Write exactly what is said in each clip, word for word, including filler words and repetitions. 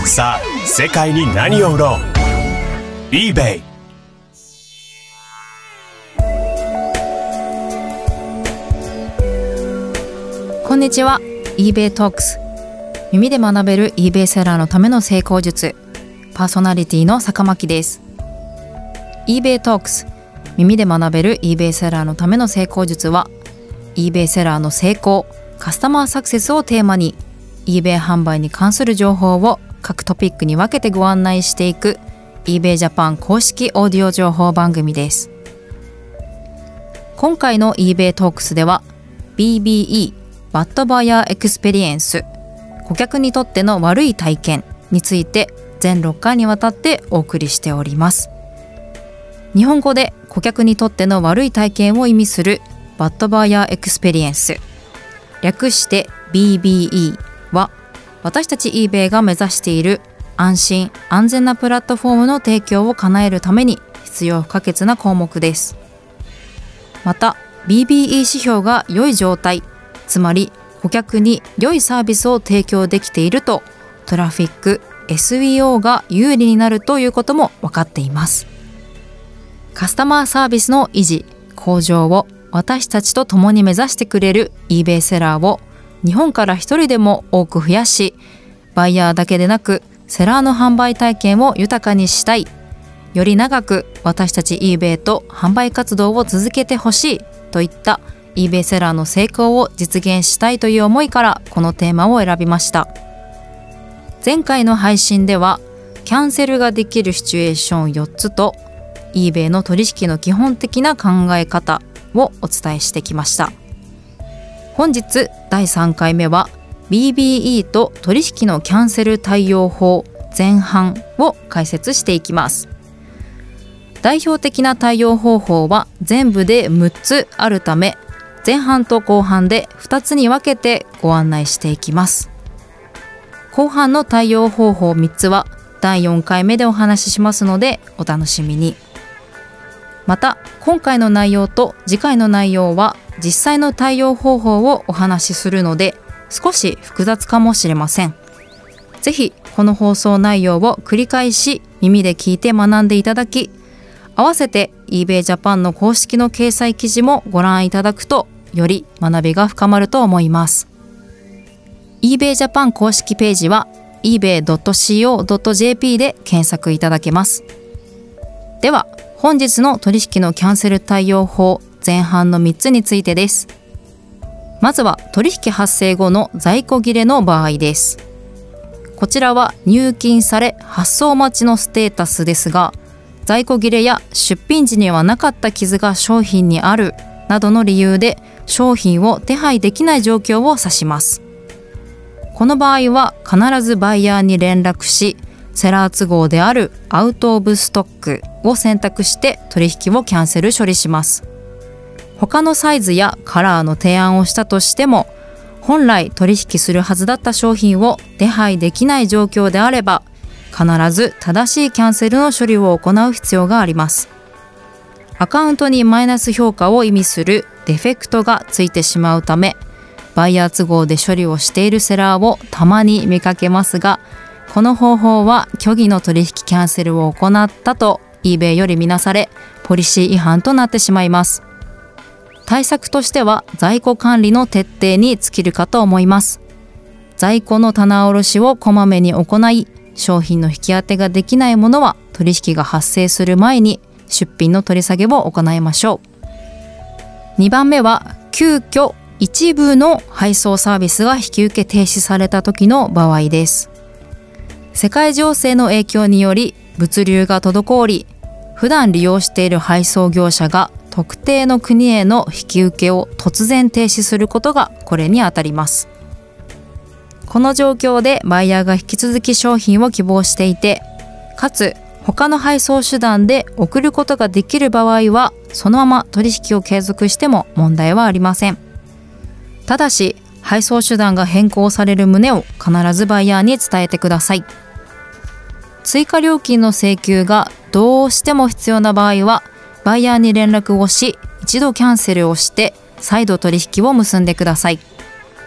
さあ世界に何を売ろう eBay。 こんにちは。 eBay Talks、 耳で学べる eBay セラーのための成功術、パーソナリティの坂巻です。 eBay Talks、 耳で学べる eBay セラーのための成功術は eBay セラーの成功、カスタマーサクセスをテーマに eBay 販売に関する情報を各トピックに分けてご案内していく eBay Japan 公式オーディオ情報番組です。今回の eBay Talks では ビービーイー バッドバイヤーエクスペリエンス、顧客にとっての悪い体験について全ろっかいにわたってお送りしております。日本語で顧客にとっての悪い体験を意味するバッドバイヤーエクスペリエンス、略して ビービーイー は私たち eBay が目指している安心安全なプラットフォームの提供を叶えるために必要不可欠な項目です。また ビービーイー 指標が良い状態、つまり顧客に良いサービスを提供できているとトラフィック エスイーオー が有利になるということも分かっています。カスタマーサービスの維持向上を私たちと共に目指してくれる eBay セラーを日本から一人でも多く増やし、バイヤーだけでなくセラーの販売体験を豊かにしたい、より長く私たち eBay と販売活動を続けてほしいといった eBay セラーの成功を実現したいという思いからこのテーマを選びました。前回の配信ではキャンセルができるシチュエーションよっつと eBay の取引の基本的な考え方をお伝えしてきました。本日だいさんかいめは ビービーイー と取引のキャンセル対応法前半を解説していきます。代表的な対応方法は全部でむっつあるため、前半と後半でふたつに分けてご案内していきます。後半の対応方法みっつはだいよんかいめでお話ししますのでお楽しみに。また今回の内容と次回の内容は実際の対応方法をお話しするので少し複雑かもしれません。ぜひこの放送内容を繰り返し耳で聞いて学んでいただき、合わせて eBay Japan の公式の掲載記事もご覧いただくとより学びが深まると思います。 eBay Japan 公式ページは イーベイドットシーオードットジェーピー で検索いただけます。では本日の取引のキャンセル対応法前半のみっつについてです。まずは取引発生後の在庫切れの場合です。こちらは入金され発送待ちのステータスですが、在庫切れや出品時にはなかった傷が商品にあるなどの理由で商品を手配できない状況を指します。この場合は必ずバイヤーに連絡し、セラー都合であるアウトオブストックを選択して取引をキャンセル処理します。他のサイズやカラーの提案をしたとしても、本来取引するはずだった商品を手配できない状況であれば、必ず正しいキャンセルの処理を行う必要があります。アカウントにマイナス評価を意味するデフェクトがついてしまうため、バイヤー都合で処理をしているセラーをたまに見かけますが、この方法は虚偽の取引キャンセルを行ったと eBay より見なされ、ポリシー違反となってしまいます。対策としては在庫管理の徹底に尽きるかと思います。在庫の棚卸しをこまめに行い、商品の引き当てができないものは取引が発生する前に出品の取り下げを行いましょう。にばんめは急遽一部の配送サービスが引き受け停止された時の場合です。世界情勢の影響により物流が滞り、普段利用している配送業者が特定の国への引き受けを突然停止することがこれにあたります。この状況でバイヤーが引き続き商品を希望していて、かつ他の配送手段で送ることができる場合は、そのまま取引を継続しても問題はありません。ただし配送手段が変更される旨を必ずバイヤーに伝えてください。追加料金の請求がどうしても必要な場合は、バイヤーに連絡をし、一度キャンセルをして再度取引を結んでください。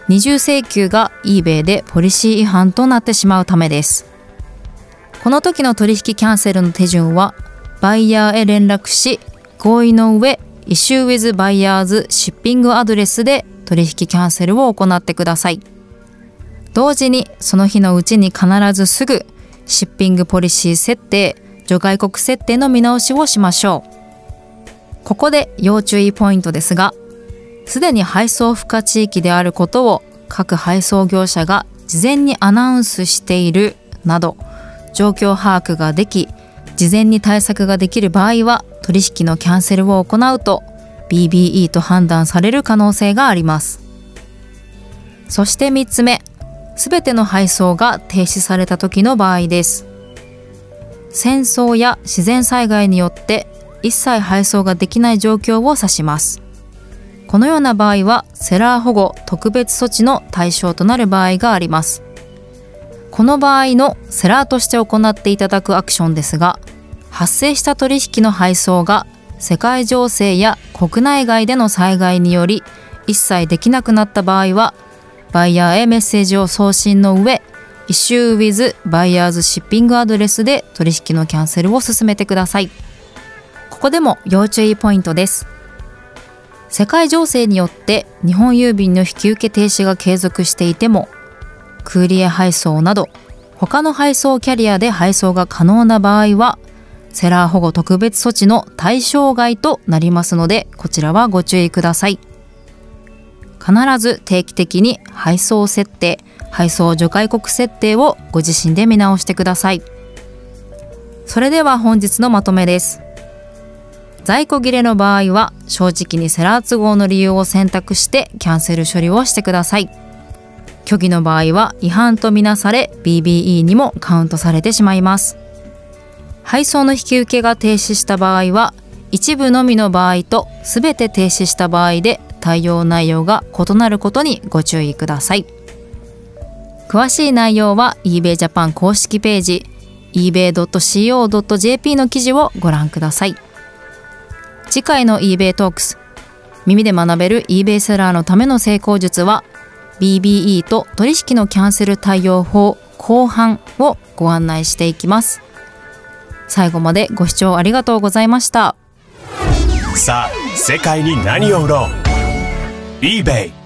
二重請求が eBay でポリシー違反となってしまうためです。この時の取引キャンセルの手順は、バイヤーへ連絡し、合意の上、Issue with Buyer's Shipping Addressで取引キャンセルを行ってください。同時にその日のうちに必ずすぐシッピングポリシー設定、除外国設定の見直しをしましょう。ここで要注意ポイントですが、すでに配送不可地域であることを各配送業者が事前にアナウンスしているなど、状況把握ができ、事前に対策ができる場合は取引のキャンセルを行うと ビービーイー と判断される可能性があります。そしてみっつめ、すべての配送が停止された時の場合です。戦争や自然災害によって一切配送ができない状況を指します。このような場合はセラー保護特別措置の対象となる場合があります。この場合のセラーとして行っていただくアクションですが、発生した取引の配送が世界情勢や国内外での災害により一切できなくなった場合は、バイヤーへメッセージを送信の上、Issue with Buyer's Shipping Addressで取引のキャンセルを進めてください。ここでも要注意ポイントです。世界情勢によって日本郵便の引き受け停止が継続していても、クーリエ配送など他の配送キャリアで配送が可能な場合は、セラー保護特別措置の対象外となりますので、こちらはご注意ください。必ず定期的に配送設定、配送除外国設定をご自身で見直してください。それでは本日のまとめです。在庫切れの場合は正直にセラー都合の理由を選択してキャンセル処理をしてください。虚偽の場合は違反とみなされ ビービーイー にもカウントされてしまいます。配送の引き受けが停止した場合は、一部のみの場合と全て停止した場合で対応内容が異なることにご注意ください。詳しい内容は eBay Japan 公式ページ イーベイドットシーオードットジェーピー の記事をご覧ください。次回の eBay Talks、 耳で学べる eBay セラーのための成功術は ビービーイー と取引のキャンセル対応法後半をご案内していきます。最後までご視聴ありがとうございました。 さあ世界に何を売ろう eBay